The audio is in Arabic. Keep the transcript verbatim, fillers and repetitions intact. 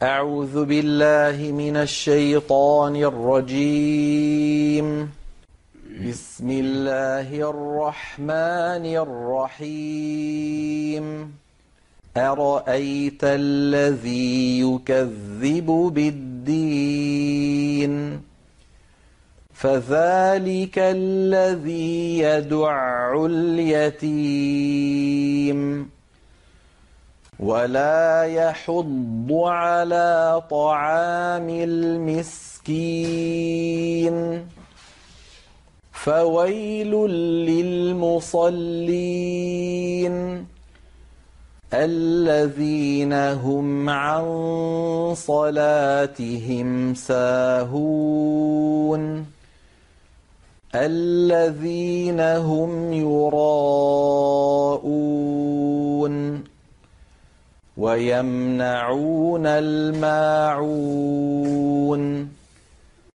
أعوذ بالله من الشيطان الرجيم. بسم الله الرحمن الرحيم. أرأيت الذي يكذب بالدين فذلك الذي يدع اليتيم ولا يحض على طعام المسكين فويل للمصلين الذين هم عن صلاتهم ساهون الذين هم يراءون ويمنعون الماعون